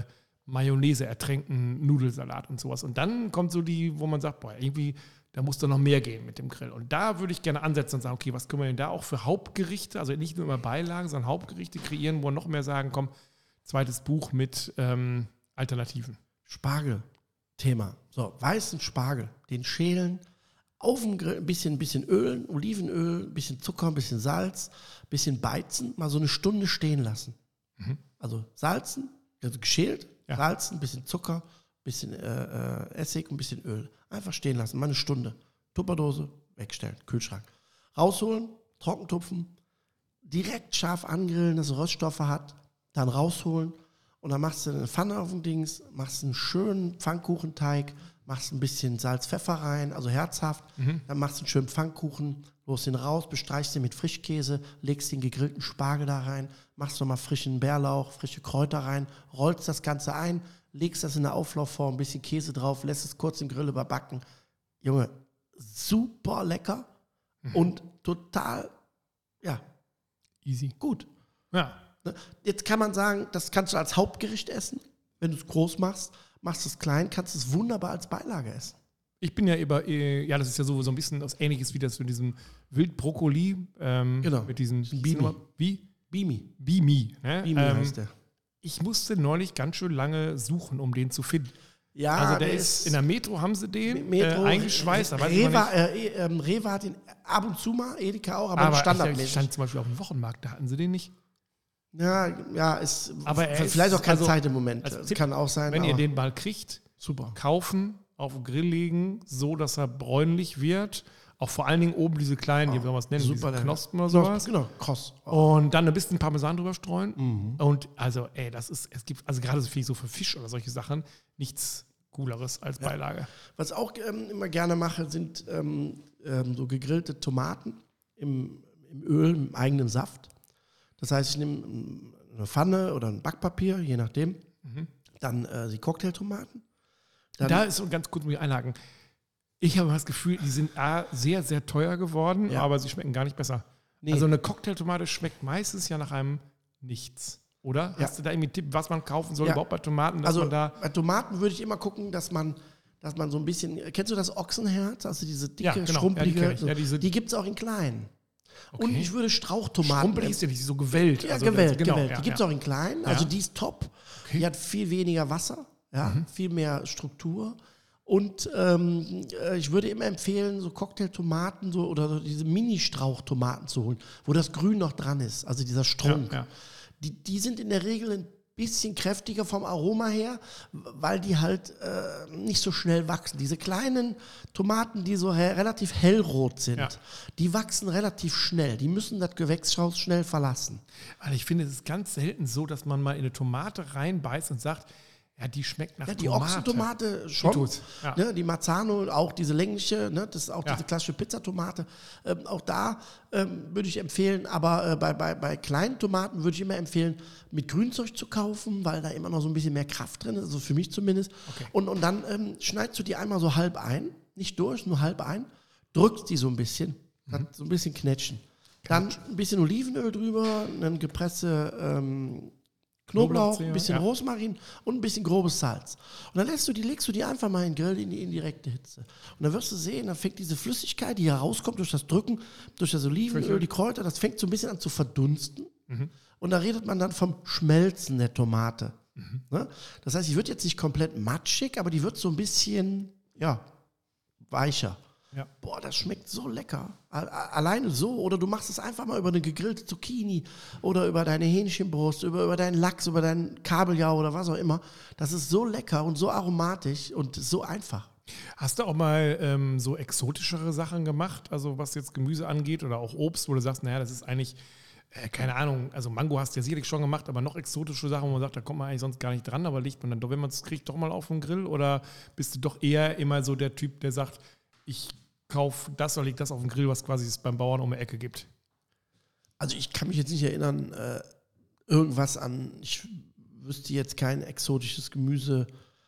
Mayonnaise ertränkten Nudelsalat und sowas. Und dann kommt so wo man sagt, boah, irgendwie, da muss doch noch mehr gehen mit dem Grill. Und da würde ich gerne ansetzen und sagen, okay, was können wir denn da auch für Hauptgerichte, also nicht nur immer Beilagen, sondern Hauptgerichte kreieren, wo wir noch mehr sagen, komm, zweites Buch mit Alternativen.
Spargel, Thema. So, weißen Spargel, den schälen, auf dem Grill ein bisschen Öl, Olivenöl, ein bisschen Zucker, ein bisschen Salz, ein bisschen beizen, mal so eine Stunde stehen lassen. Also salzen, also geschält, salzen, ein bisschen Zucker, ein bisschen Essig und ein bisschen Öl. Einfach stehen lassen, mal eine Stunde. Tupperdose, wegstellen, Kühlschrank. Rausholen, trockentupfen, direkt scharf angrillen, dass es Röststoffe hat, dann rausholen und dann machst du eine Pfanne auf dem Dings, machst einen schönen Pfannkuchenteig, machst ein bisschen Salz, Pfeffer rein, also herzhaft, dann machst du einen schönen Pfannkuchen, holst den raus, bestreichst den mit Frischkäse, legst den gegrillten Spargel da rein, machst nochmal frischen Bärlauch, frische Kräuter rein, rollst das Ganze ein, legst das in eine Auflaufform, ein bisschen Käse drauf, lässt es kurz im Grill überbacken. Junge, super lecker und total,
easy.
Gut.
Ja.
Jetzt kann man sagen, das kannst du als Hauptgericht essen, wenn du es groß machst es klein, kannst es wunderbar als Beilage essen.
Ich bin ja das ist ja so ein bisschen das Ähnliches wie das mit diesem Wildbrokkoli.
Genau.
Mit diesem
Bimi.
Wie?
Bimi.
Bimi. Ne?
Bimi heißt der.
Ich musste neulich ganz schön lange suchen, um den zu finden.
Ja,
also der ist in der Metro haben sie den eingeschweißt.
Rewe hat den ab und zu mal, Edeka auch, aber standardmäßig.
Ich stand zum Beispiel auf dem Wochenmarkt, da hatten sie den nicht.
Ja, ist
aber
vielleicht auch keine Zeit im Moment. Das kann auch sein.
Wenn ihr den mal kriegt,
super.
Kaufen, auf den Grill legen, so dass er bräunlich wird. Auch vor allen Dingen oben diese kleinen, wie wir was nennen,
super,
diese Knospen oder sowas.
Genau, kross.
Und dann ein bisschen Parmesan drüber streuen. Und also, es gibt, also gerade so viel so für Fisch oder solche Sachen, nichts Cooleres als Beilage.
Was auch immer gerne mache, sind so gegrillte Tomaten im Öl, im eigenen Saft. Das heißt, ich nehme eine Pfanne oder ein Backpapier, je nachdem. Dann die Cocktailtomaten.
Da ist so ganz kurz, muss ich einhaken. Ich habe das Gefühl, die sind sehr, sehr teuer geworden, aber sie schmecken gar nicht besser. Nee. Also eine Cocktailtomate schmeckt meistens ja nach einem Nichts, oder? Ja. Hast du da irgendwie einen Tipp, was man kaufen soll überhaupt bei Tomaten?
Bei Tomaten würde ich immer gucken, dass man so ein bisschen, kennst du das Ochsenherz? Also diese dicke, schrumpelige, die gibt es auch in klein. Okay. Und ich würde Strauchtomaten.
Schrumpelig ist ja nicht so gewellt.
Ja, gewellt. Die gibt es auch in klein. Also die ist top. Okay. Die hat viel weniger Wasser, viel mehr Struktur. Und ich würde immer empfehlen, so Cocktailtomaten oder diese Mini-Strauchtomaten zu holen, wo das Grün noch dran ist, also dieser Strunk. Ja. Die sind in der Regel ein bisschen kräftiger vom Aroma her, weil die halt nicht so schnell wachsen. Diese kleinen Tomaten, die so relativ hellrot sind, die wachsen relativ schnell. Die müssen das Gewächshaus schnell verlassen.
Weil ich finde, es ist ganz selten so, dass man mal in eine Tomate reinbeißt und sagt, ja, die schmeckt nach Tomate.
Die Ochsentomate schon. Ne, die Marzano, auch diese längliche, ne, das ist auch diese klassische Pizzatomate. Auch da würde ich empfehlen, aber bei kleinen Tomaten würde ich immer empfehlen, mit Grünzeug zu kaufen, weil da immer noch so ein bisschen mehr Kraft drin ist, also für mich zumindest. Okay. Und dann schneidest du die einmal so halb ein, nicht durch, nur halb ein, drückst die so ein bisschen, so ein bisschen knetschen. Dann ein bisschen Olivenöl drüber, eine gepresste Knoblauch, ein bisschen Rosmarin und ein bisschen grobes Salz. Und dann legst du die einfach mal in den Grill in die indirekte Hitze. Und dann wirst du sehen, dann fängt diese Flüssigkeit, die hier rauskommt durch das Drücken, durch das Olivenöl, die Kräuter, das fängt so ein bisschen an zu verdunsten. Und da redet man dann vom Schmelzen der Tomate. Ne? Das heißt, die wird jetzt nicht komplett matschig, aber die wird so ein bisschen, weicher. Ja. Boah, das schmeckt so lecker. Alleine so. Oder du machst es einfach mal über eine gegrillte Zucchini oder über deine Hähnchenbrust, über deinen Lachs, über deinen Kabeljau oder was auch immer. Das ist so lecker und so aromatisch und so einfach.
Hast du auch mal so exotischere Sachen gemacht, also was jetzt Gemüse angeht oder auch Obst, wo du sagst, naja, das ist eigentlich, keine Ahnung, also Mango hast du ja sicherlich schon gemacht, aber noch exotische Sachen, wo man sagt, da kommt man eigentlich sonst gar nicht dran, aber legt man dann doch, wenn man es kriegt, doch mal auf den Grill? Oder bist du doch eher immer so der Typ, der sagt, ich kaufe das oder leg das auf den Grill, was quasi es beim Bauern um die Ecke gibt?
Also ich kann mich jetzt nicht erinnern, irgendwas an, ich wüsste jetzt kein exotisches Gemüse.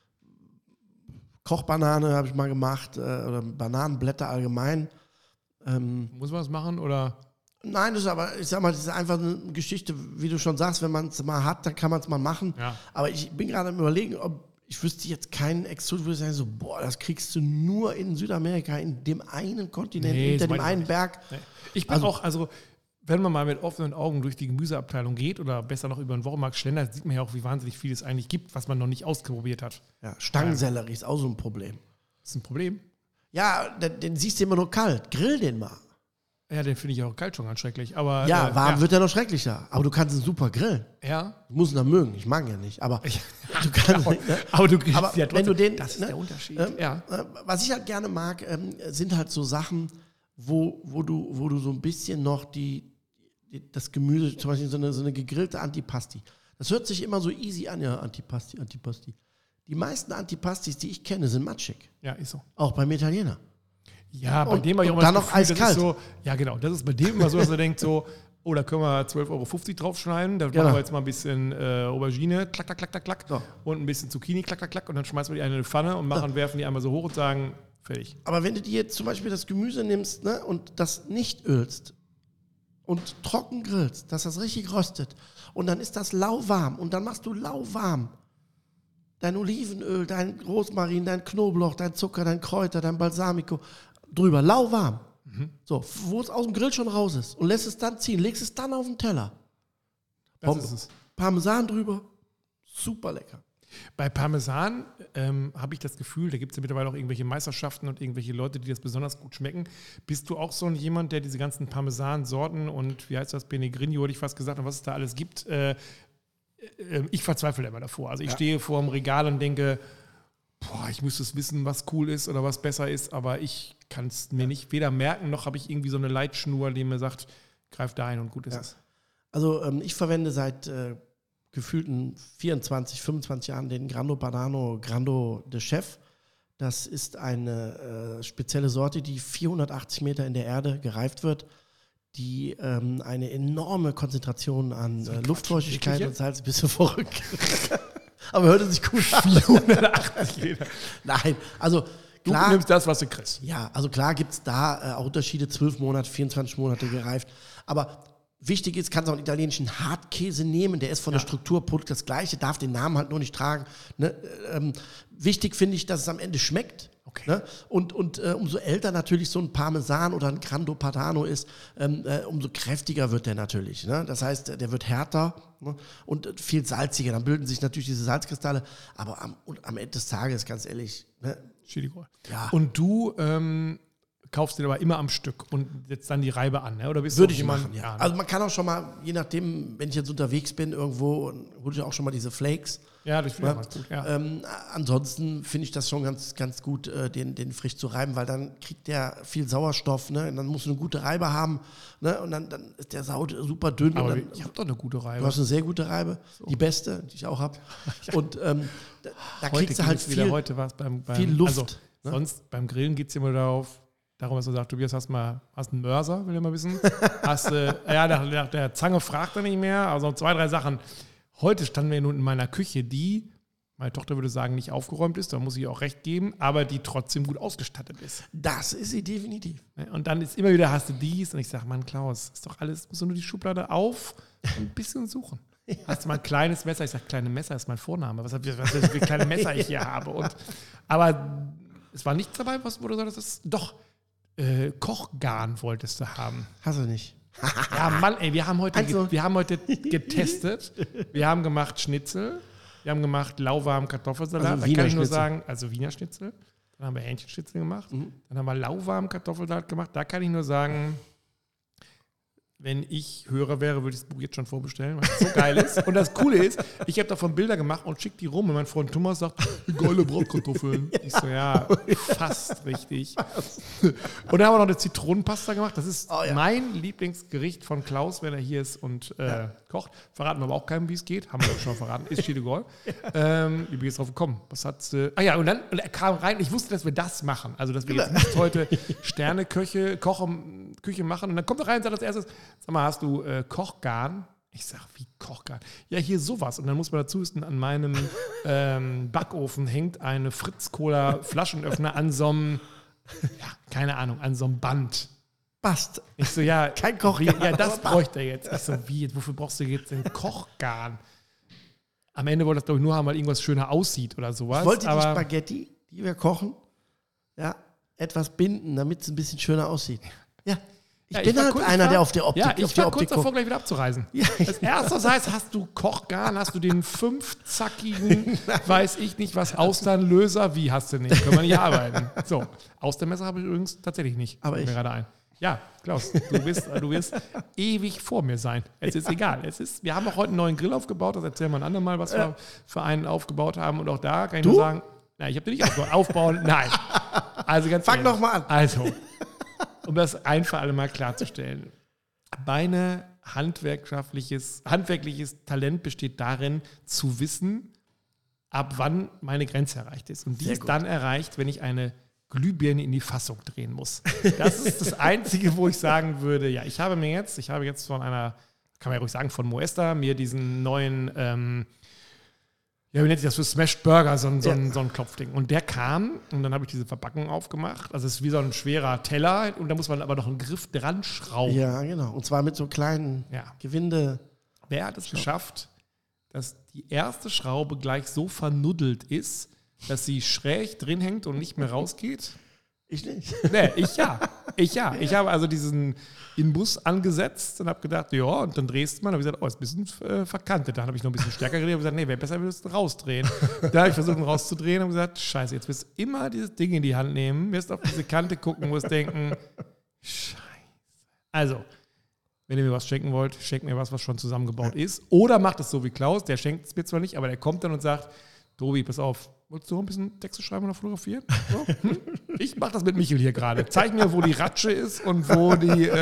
Kochbanane habe ich mal gemacht oder Bananenblätter allgemein.
Muss man das machen oder?
Nein, das ist aber, ich sag mal, das ist einfach eine Geschichte, wie du schon sagst, wenn man es mal hat, dann kann man es mal machen.
Ja.
Aber ich bin gerade am Überlegen, ob ich wüsste jetzt keinen Exot, wo ich sage, so, boah, das kriegst du nur in Südamerika, in dem einen Kontinent, hinter dem einen Berg.
Nee. Ich bin auch, also wenn man mal mit offenen Augen durch die Gemüseabteilung geht oder besser noch über den Wochenmarkt schlendert, sieht man ja auch, wie wahnsinnig viel es eigentlich gibt, was man noch nicht ausprobiert hat.
Ja, Stangensellerie ist auch so ein Problem.
Das ist ein Problem.
Ja, den siehst du immer nur kalt. Grill den mal.
Ja, den finde ich auch kalt schon ganz schrecklich. Aber,
ja, warm wird er noch schrecklicher. Aber du kannst ihn super grillen.
Ja.
Du musst ihn dann mögen. Ich mag ihn ja nicht. Aber du kannst.
Aber du grillst
ja trotzdem. Wenn du den,
das ist der Unterschied.
Was ich halt gerne mag, sind halt so Sachen, wo du so ein bisschen noch das Gemüse, zum Beispiel so eine gegrillte Antipasti. Das hört sich immer so easy an, ja, Antipasti. Die meisten Antipastis, die ich kenne, sind matschig.
Ja, ist so.
Auch beim Italiener.
Ja, bei dem habe ich auch
immer das Gefühl,
eiskalt. Das ist so, ja, genau. Das ist bei dem immer so, dass er denkt so, oh, da können wir 12,50 Euro draufschneiden. Da machen wir jetzt mal ein bisschen Aubergine, klack, klack, klack, klack, klack. Ja. Und ein bisschen Zucchini, klack, klack, klack. Und dann schmeißen wir die in eine Pfanne und werfen die einmal so hoch und sagen, fertig.
Aber wenn du dir jetzt zum Beispiel das Gemüse nimmst, ne, und das nicht ölst und trocken grillst, dass das richtig röstet und dann ist das lauwarm und dann machst du lauwarm dein Olivenöl, dein Rosmarin, dein Knoblauch, dein Zucker, dein Kräuter, dein Balsamico drüber, lauwarm. So, wo es aus dem Grill schon raus ist und lässt es dann ziehen, legst es dann auf den Teller.
Das ist es.
Parmesan drüber, super lecker.
Bei Parmesan habe ich das Gefühl, da gibt es ja mittlerweile auch irgendwelche Meisterschaften und irgendwelche Leute, die das besonders gut schmecken. Bist du auch so jemand, der diese ganzen Parmesan-Sorten und wie heißt das, Pellegrino, hätte ich fast gesagt, und was es da alles gibt, ich verzweifle immer davor. Also ich stehe vor dem Regal und denke, boah, ich müsste es wissen, was cool ist oder was besser ist, aber ich kann es mir nicht weder merken, noch habe ich irgendwie so eine Leitschnur, die mir sagt, greif da ein und gut ist es.
Also ich verwende seit gefühlten 24, 25 Jahren den Grando Padano Grando de Chef. Das ist eine spezielle Sorte, die 480 Meter in der Erde gereift wird, die eine enorme Konzentration an Luftfeuchtigkeit und Salz, ein bisschen verrückt. Aber hörte sich gut an.
480 Meter.
Nein, also
klar. Du nimmst das, was du kriegst.
Ja, also klar gibt es da auch Unterschiede, 12 Monate, 24 Monate gereift. Aber wichtig ist, kannst du auch einen italienischen Hartkäse nehmen, der ist von der Strukturprodukt das Gleiche, darf den Namen halt nur nicht tragen. Ne? Wichtig finde ich, dass es am Ende schmeckt. Okay. Ne? Und umso älter natürlich so ein Parmesan oder ein Grando Padano ist, umso kräftiger wird der natürlich. Ne? Das heißt, der wird härter, ne? Und viel salziger. Dann bilden sich natürlich diese Salzkristalle. Aber am Ende des Tages, ganz ehrlich, ne?
Ja. Und du kaufst den aber immer am Stück und setzt dann die Reibe an, ne? Oder bist
Würde ich machen, ja. Also man kann auch schon mal, je nachdem, wenn ich jetzt unterwegs bin irgendwo, hole ich auch schon mal diese Flakes.
Ja, das finde ich ganz gut, ja.
Ansonsten finde ich das schon ganz, ganz gut, den frisch zu reiben, weil dann kriegt der viel Sauerstoff, ne? Und dann musst du eine gute Reibe haben, ne? Und dann ist der Sau super dünn.
Aber
und dann,
ich habe doch eine gute Reibe.
Du hast eine sehr gute Reibe, so. Die beste, die ich auch habe. Und da kriegst du halt viel Luft. Also,
ne? Sonst beim Grillen geht es immer darum, dass du sagst, Tobias, hast einen Mörser, will ich mal wissen. Nach der Zange fragt er nicht mehr. Also 2, 3 Sachen. Heute standen wir nun in meiner Küche, die, meine Tochter würde sagen, nicht aufgeräumt ist, da muss ich auch recht geben, aber die trotzdem gut ausgestattet ist.
Das ist sie definitiv.
Und dann ist immer wieder, hast du dies und ich sage, Mann, Klaus, ist doch alles, musst du nur die Schublade auf und ein bisschen suchen. Ja. Hast du mal ein kleines Messer? Ich sage, kleine Messer ist mein Vorname. Was für kleine Messer ich hier habe. Aber es war nichts dabei, wo du sagst, das ist doch Kochgarn wolltest du haben.
Hast du nicht.
Ja, Mann, ey, wir haben heute getestet. Wir haben gemacht Schnitzel. Wir haben gemacht lauwarmen Kartoffelsalat.
Also
da kann ich nur sagen, also Wiener Schnitzel. Dann haben wir Hähnchenschnitzel gemacht. Dann haben wir lauwarmen Kartoffelsalat gemacht. Da kann ich nur sagen, wenn ich Hörer wäre, würde ich das Buch jetzt schon vorbestellen, weil es so geil ist. Und das Coole ist, ich habe davon Bilder gemacht und schicke die rum. Und mein Freund Thomas sagt, geile Bratkartoffeln. Ja. Ich so, ja, fast richtig. Und dann haben wir noch eine Zitronenpasta gemacht. Das ist mein Lieblingsgericht von Klaus, wenn er hier ist und kocht. Verraten wir aber auch keinem, wie es geht. Haben wir schon verraten. Ist Chile Gol. Wie bin ich jetzt drauf gekommen? Was hat's? Und er kam rein. Ich wusste, dass wir das machen. Also, dass wir jetzt nicht heute Sterneküche machen. Und dann kommt er rein und sagt als erstes, sag mal, hast du Kochgarn? Ich sag, wie Kochgarn? Ja, hier sowas. Und dann muss man dazu wissen, an meinem Backofen hängt eine Fritz-Cola-Flaschenöffner an so einem, keine Ahnung, an so einem Band.
Passt.
Ich so, ja.
Kein Kochgarn.
Ja, das bräuchte er jetzt. Ich so, wie, wofür brauchst du jetzt ein Kochgarn? Am Ende wollte das, glaube ich, nur haben, weil irgendwas schöner aussieht oder sowas.
Ich wollte die Spaghetti, die wir kochen, ja, etwas binden, damit es ein bisschen schöner aussieht. Ja. Ich bin halt einer, der auf der Optik guckt.
Ja, ich war kurz davor, gleich wieder abzureisen. Ja. Das erste, das heißt, hast du Kochgarn, hast du den 5-zackigen, weiß ich nicht was, Austernlöser, wie hast du nicht? Können wir nicht arbeiten. So, Austernmesser habe ich übrigens tatsächlich nicht.
Aber ich.
Mir gerade ein. Ja, Klaus, du wirst ewig vor mir sein. Es ist egal. Wir haben auch heute einen neuen Grill aufgebaut, das erzählen wir ein andermal, was wir für einen aufgebaut haben. Und auch da kann ich nur sagen, nein, ich habe den nicht aufbauen. Nein. Also ganz
Fang doch mal an.
Also, um das ein für alle Mal klarzustellen. Meine handwerkliches Talent besteht darin, zu wissen, ab wann meine Grenze erreicht ist. Und die ist dann erreicht, wenn ich eine Glühbirne in die Fassung drehen muss. Das ist das Einzige, wo ich sagen würde, ja, ich habe jetzt von einer, kann man ja ruhig sagen, von Moesta mir diesen neuen, wie nennt sich das, für Smashed Burger, so ein Klopfding. Und der kam und dann habe ich diese Verpackung aufgemacht. Also es ist wie so ein schwerer Teller und da muss man aber noch einen Griff dran schrauben.
Ja, genau. Und zwar mit so kleinen Gewinde.
Wer hat es geschafft, dass die erste Schraube gleich so vernuddelt ist, dass sie schräg drin hängt und nicht mehr rausgeht?
Ich nicht.
Nee, ich ja. Ich habe also diesen Inbus angesetzt und habe gedacht, ja, und dann drehst du mal. Dann habe ich gesagt, ist ein bisschen verkantet. Dann habe ich noch ein bisschen stärker gedreht und gesagt, nee, wäre besser, wenn wir es rausdrehen. Da habe ich versucht, ihn rauszudrehen und gesagt, scheiße, jetzt wirst du immer dieses Ding in die Hand nehmen, wirst auf diese Kante gucken, musst denken, scheiße. Also, wenn ihr mir was schenken wollt, schenkt mir was schon zusammengebaut ist. Oder macht es so wie Klaus, der schenkt es mir zwar nicht, aber der kommt dann und sagt, Tobi, pass auf, wolltest du noch ein bisschen Texte schreiben oder fotografieren? So? Ich mache das mit Michel hier gerade. Zeig mir, wo die Ratsche ist und wo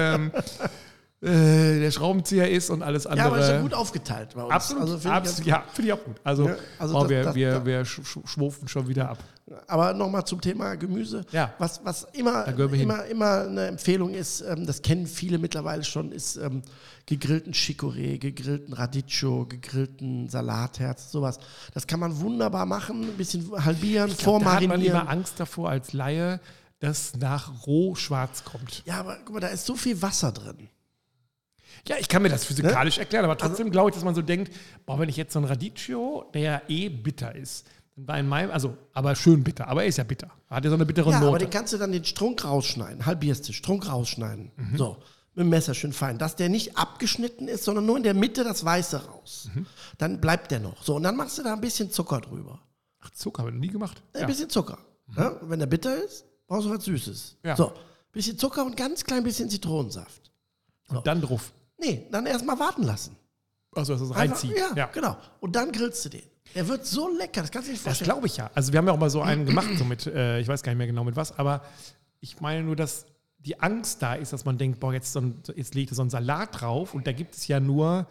der Schraubenzieher ist und alles andere.
Ja, aber ist ja gut aufgeteilt bei uns.
Absolut,
also
finde ich auch gut. Also, wir schwufen schon wieder ab.
Aber nochmal zum Thema Gemüse.
Ja.
Was immer eine Empfehlung ist, das kennen viele mittlerweile schon, ist gegrillten Chicorée, gegrillten Radicchio, gegrillten Salatherz, sowas. Das kann man wunderbar machen, ein bisschen halbieren, vormarinieren.
Da hat man immer Angst davor als Laie, dass nach roh schwarz kommt.
Ja, aber guck mal, da ist so viel Wasser drin.
Ja, ich kann mir das physikalisch erklären, aber trotzdem glaube ich, dass man so denkt, wenn ich jetzt so ein Radicchio, der ja bitter ist, dann war in meinem, aber schön bitter, aber er ist ja bitter. Hat ja so eine bittere Note.
Ja, aber den kannst du dann den Strunk rausschneiden, halbierst du, Strunk rausschneiden. So, mit dem Messer schön fein. Dass der nicht abgeschnitten ist, sondern nur in der Mitte das Weiße raus. Dann bleibt der noch. So, und dann machst du da ein bisschen Zucker drüber.
Ach, Zucker, habe ich noch nie gemacht.
Ein bisschen Zucker. Ja, wenn der bitter ist, brauchst du was Süßes.
Ja.
So, bisschen Zucker und ganz klein bisschen Zitronensaft. So.
Und dann drauf.
Nee, dann erstmal warten lassen.
Also, dass es reinzieht.
Ja, genau. Und dann grillst du den. Der wird so lecker, das kannst du nicht vorstellen.
Das glaube ich ja. Also wir haben ja auch mal so einen gemacht, so mit, ich weiß gar nicht mehr genau mit was, aber ich meine nur, dass die Angst da ist, dass man denkt, jetzt legt so einen Salat drauf und da gibt es ja nur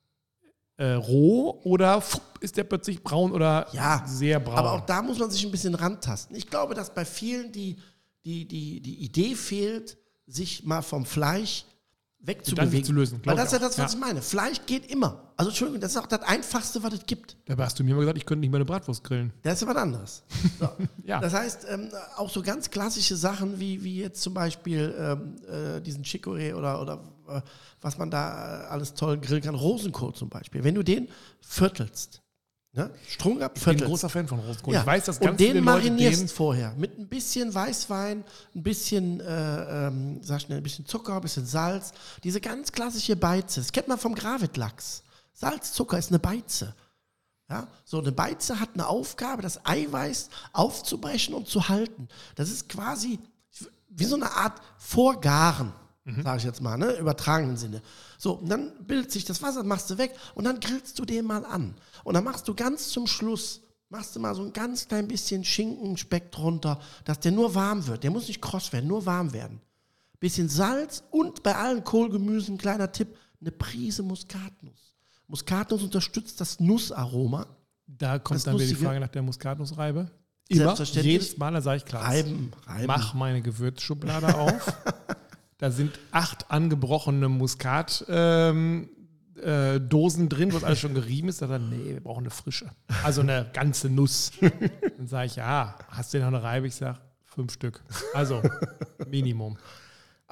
roh oder ist der plötzlich braun oder sehr braun.
Aber auch da muss man sich ein bisschen rantasten. Ich glaube, dass bei vielen die Idee fehlt, sich mal vom Fleisch wegzubewegen.
Zu lösen.
Weil das ist ja das, was ich meine. Fleisch geht immer. Also Entschuldigung, das ist auch das Einfachste, was es gibt.
Dabei hast du mir mal gesagt, ich könnte nicht mehr eine Bratwurst grillen.
Das ist ja was anderes. So.
Ja.
Das heißt, auch so ganz klassische Sachen wie jetzt zum Beispiel diesen Chicorée oder was man da alles toll grillen kann. Rosenkohl zum Beispiel. Wenn du den viertelst, ne? Strunk ab,
ich bin ein großer Fan von Rosenkohl.
Ja.
Ich weiß, dass ganz
und den
viele Leute
marinierst vorher mit ein bisschen Weißwein, ein bisschen, ein bisschen Zucker, ein bisschen Salz. Diese ganz klassische Beize. Das kennt man vom Gravitlachs. Salz, Zucker ist eine Beize. Ja? So eine Beize hat eine Aufgabe, das Eiweiß aufzubrechen und zu halten. Das ist quasi wie so eine Art Vorgaren, sage ich jetzt mal, ne? Übertragenen Sinne. So, und dann bildet sich das Wasser, machst du weg und dann grillst du den mal an. Und dann machst du ganz zum Schluss, machst du mal so ein ganz klein bisschen Schinkenspeck drunter, dass der nur warm wird. Der muss nicht kross werden, nur warm werden. Bisschen Salz und bei allen Kohlgemüsen, kleiner Tipp, eine Prise Muskatnuss. Muskatnuss unterstützt das Nussaroma.
Da kommt
das
dann wieder die
Nussige.
Frage nach der Muskatnussreibe.
Selbstverständlich.
Jedes Mal, da sage ich, klar,
Reiben.
mach meine Gewürzschublade auf. Da sind 8 angebrochene Muskat-Dosen drin, wo alles schon gerieben ist. Da sagt er, nee, wir brauchen eine frische. Also eine ganze Nuss. Dann sage ich, ja, hast du denn noch eine Reibe? Ich sage, 5 Stück. Also Minimum.
Aber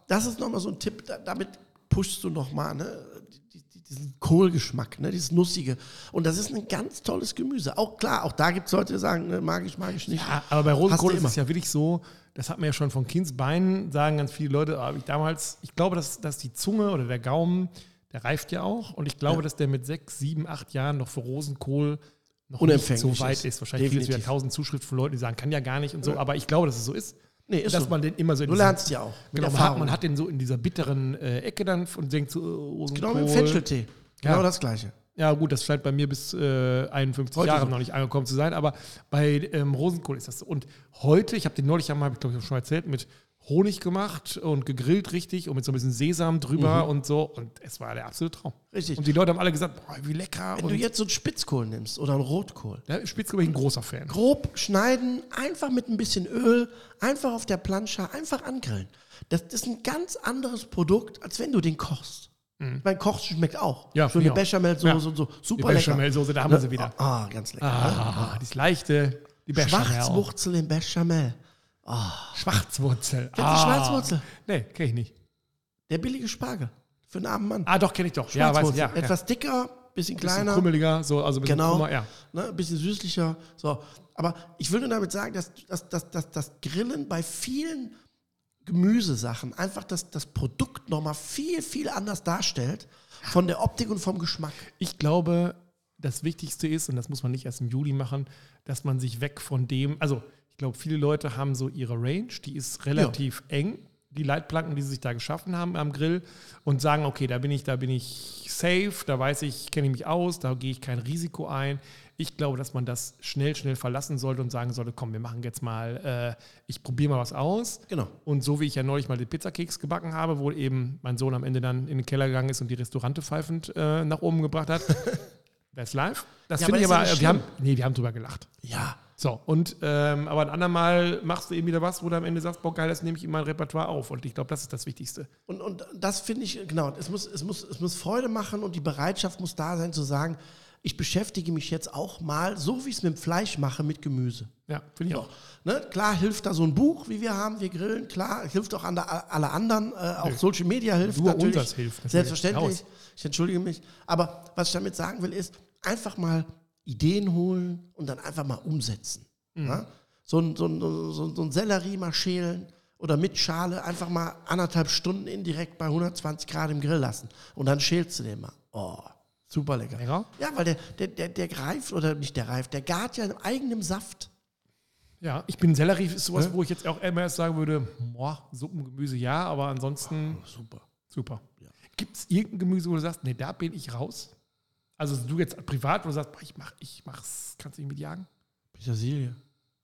das ist nochmal so ein Tipp, damit pushst du nochmal, ne? Diesen Kohlgeschmack, ne? Dieses Nussige. Und das ist ein ganz tolles Gemüse. Auch klar, auch da gibt es Leute, die sagen, ne, mag ich nicht.
Ja, aber bei Rosenkohl ist es ja wirklich so, das hat man ja schon von Kindsbeinen, sagen ganz viele Leute, aber ich glaube, dass die Zunge oder der Gaumen, der reift ja auch. Und ich glaube, dass der mit 6, 7, 8 Jahren noch für Rosenkohl noch nicht so weit ist. Wahrscheinlich gibt es wieder 1000 Zuschriften von Leuten, die sagen, kann ja gar nicht und so. Aber ich glaube, dass es so ist.
Nee, ist
dass
so.
man den immer so in
du lernst ja auch.
Genau, man hat den so in dieser bitteren Ecke dann und denkt so, Rosenkohl.
Genau, mit dem Fetscheltee. Genau das Gleiche.
Ja, gut, das scheint bei mir bis 51 Jahren noch nicht angekommen zu sein, aber bei Rosenkohl ist das so. Und heute, ich habe den neulich habe ich glaube ich schon erzählt, mit Honig gemacht und gegrillt richtig und mit so ein bisschen Sesam drüber und so. Und es war der absolute Traum.
Richtig.
Und die Leute haben alle gesagt, boah, wie lecker.
Wenn du jetzt so einen Spitzkohl nimmst oder einen Rotkohl.
Ja, Spitzkohl bin ich ein großer Fan.
Grob schneiden, einfach mit ein bisschen Öl, einfach auf der Plancha, einfach angrillen. Das ist ein ganz anderes Produkt, als wenn du den kochst. Mein Koch schmeckt auch.
Ja,
so eine Bechamelsoße und so. Super
die
lecker.
Bechamelsoße, da haben wir sie wieder.
Ganz lecker.
Das leichte, die Bechamel.
Schwarzwurzel in Bechamel.
Schwarzwurzel.
Kennst du Schwarzwurzel?
Nee, kenne ich nicht.
Der billige Spargel. Für einen armen Mann.
Doch, kenne ich doch.
Ja, weiß ich, ja. Etwas dicker, bisschen kleiner.
Bisschen krümeliger, so, also ein bisschen krümmer, ja.
Ne, ein bisschen süßlicher. So. Aber ich will nur damit sagen, dass das Grillen bei vielen Gemüsesachen einfach das Produkt nochmal viel, viel anders darstellt. Von der Optik und vom Geschmack.
Ich glaube, das Wichtigste ist, und das muss man nicht erst im Juli machen, dass man sich weg von dem, also ich glaube, viele Leute haben so ihre Range, die ist relativ eng, die Leitplanken, die sie sich da geschaffen haben am Grill und sagen, okay, da bin ich safe, da weiß ich, kenne ich mich aus, da gehe ich kein Risiko ein. Ich glaube, dass man das schnell verlassen sollte und sagen sollte, komm, wir machen jetzt mal, ich probiere mal was aus.
Genau.
Und so wie ich ja neulich mal den Pizzakeks gebacken habe, wo eben mein Sohn am Ende dann in den Keller gegangen ist und die Restaurante pfeifend nach oben gebracht hat. That's live. Das finde ich aber, wir haben drüber gelacht.
Ja.
So, und aber ein andermal machst du eben wieder was, wo du am Ende sagst, boah, geil, das nehme ich in mein Repertoire auf. Und ich glaube, das ist das Wichtigste.
Und das finde ich, genau, es muss Freude machen und die Bereitschaft muss da sein, zu sagen, ich beschäftige mich jetzt auch mal, so wie ich es mit dem Fleisch mache, mit Gemüse.
Ja, finde ich auch.
Ne? Klar hilft da so ein Buch, wie wir haben, wir grillen, klar, hilft auch alle anderen, auch Social Media hilft
nur
natürlich.
Uns das hilft.
Selbstverständlich, ich entschuldige mich. Aber was ich damit sagen will, ist, einfach mal Ideen holen und dann einfach mal umsetzen. Ja? So ein Sellerie mal schälen oder mit Schale einfach mal 1,5 Stunden indirekt bei 120 Grad im Grill lassen. Und dann schälst du den mal. Oh, super lecker. Ja, weil der greift, oder nicht der reift, der gart ja in eigenem Saft.
Ja, ich bin Sellerie, ist sowas, wo ich jetzt auch immer erst sagen würde, Suppengemüse ja, aber ansonsten super. Ja. Gibt es irgendein Gemüse, wo du sagst, nee, da bin ich raus? Also du jetzt privat, wo du sagst, ich mach's, kannst du nicht mitjagen?
Petersilie.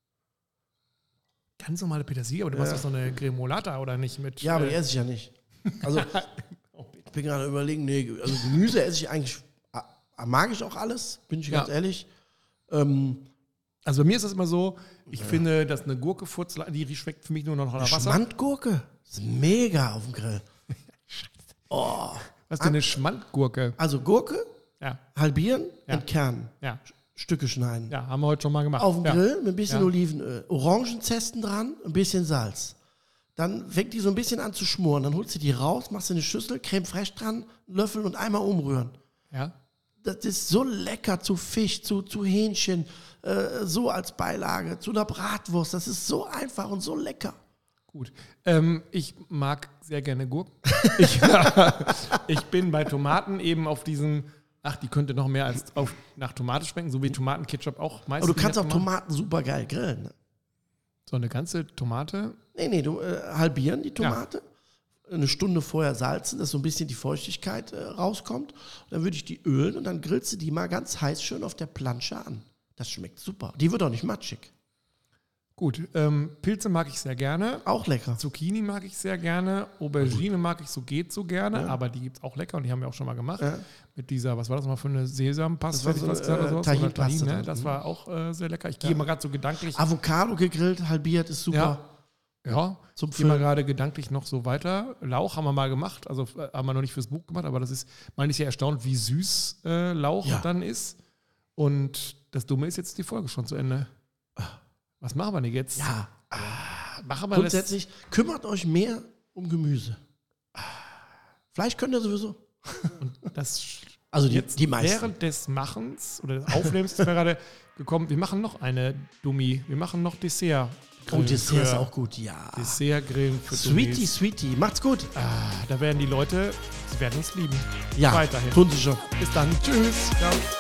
Ganz normale Petersilie, aber du machst doch so eine Gremolata oder nicht mit...
Ja, aber die esse ich ja nicht. Also, ich bin gerade überlegen, also Gemüse esse ich eigentlich, mag ich auch alles, bin ich ganz ehrlich.
Also bei mir ist das immer so, ich finde, dass eine Gurke die schmeckt für mich nur noch nach Wasser.
Schmandgurke? Das ist mega auf dem Grill.
Oh. Was ist denn eine Schmandgurke?
Also Gurke, halbieren, entkernen.
Ja.
Stücke schneiden.
Ja, haben wir heute schon mal gemacht.
Auf dem Grill mit ein bisschen Olivenöl, Orangenzesten dran, ein bisschen Salz. Dann fängt die so ein bisschen an zu schmoren. Dann holst du die raus, machst du eine Schüssel, Creme fraiche dran, einen Löffel und einmal umrühren.
Ja.
Das ist so lecker zu Fisch, zu Hähnchen, so als Beilage, zu einer Bratwurst. Das ist so einfach und so lecker.
Gut. Ich mag sehr gerne Gurken. Ich bin bei Tomaten eben auf diesem... die könnte noch mehr als nach Tomate schmecken, so wie Tomatenketchup auch meistens.
Aber du kannst auch Tomaten super geil grillen. Ne?
So eine ganze Tomate?
Nee, du halbieren die Tomate, eine Stunde vorher salzen, dass so ein bisschen die Feuchtigkeit rauskommt. Und dann würde ich die ölen und dann grillst du die mal ganz heiß schön auf der Planche an. Das schmeckt super. Die wird auch nicht matschig.
Gut, Pilze mag ich sehr gerne.
Auch lecker.
Zucchini mag ich sehr gerne. Aubergine mag ich so gerne, aber die gibt es auch lecker und die haben wir auch schon mal gemacht. Ja. Mit dieser, was war das mal für eine Sesampaste?
Tahin-Paste.
Ne? Das war auch sehr lecker. Ich gehe mal gerade so gedanklich.
Avocado gegrillt, halbiert, ist super.
Ja, zum Gehe mal gerade gedanklich noch so weiter. Lauch haben wir mal gemacht, also haben wir noch nicht fürs Buch gemacht, aber man ist ja erstaunt, wie süß Lauch dann ist. Und das Dumme ist, jetzt die Folge schon zu Ende. Was machen wir denn jetzt?
Ja. Grundsätzlich kümmert euch mehr um Gemüse. Fleisch könnt ihr sowieso.
Und das
Also
jetzt
die meisten.
während des Machens oder des Aufnehmens ist mir gerade gekommen, wir machen noch eine Dummi. Wir machen noch Dessert.
Und Dessert ist auch gut, ja.
Dessertgrillen für Dummies.
Sweetie. Macht's gut.
Da werden die Leute, sie werden uns lieben.
Ja,
Weiterhin.
tun sie schon.
Bis dann. Tschüss. Ciao.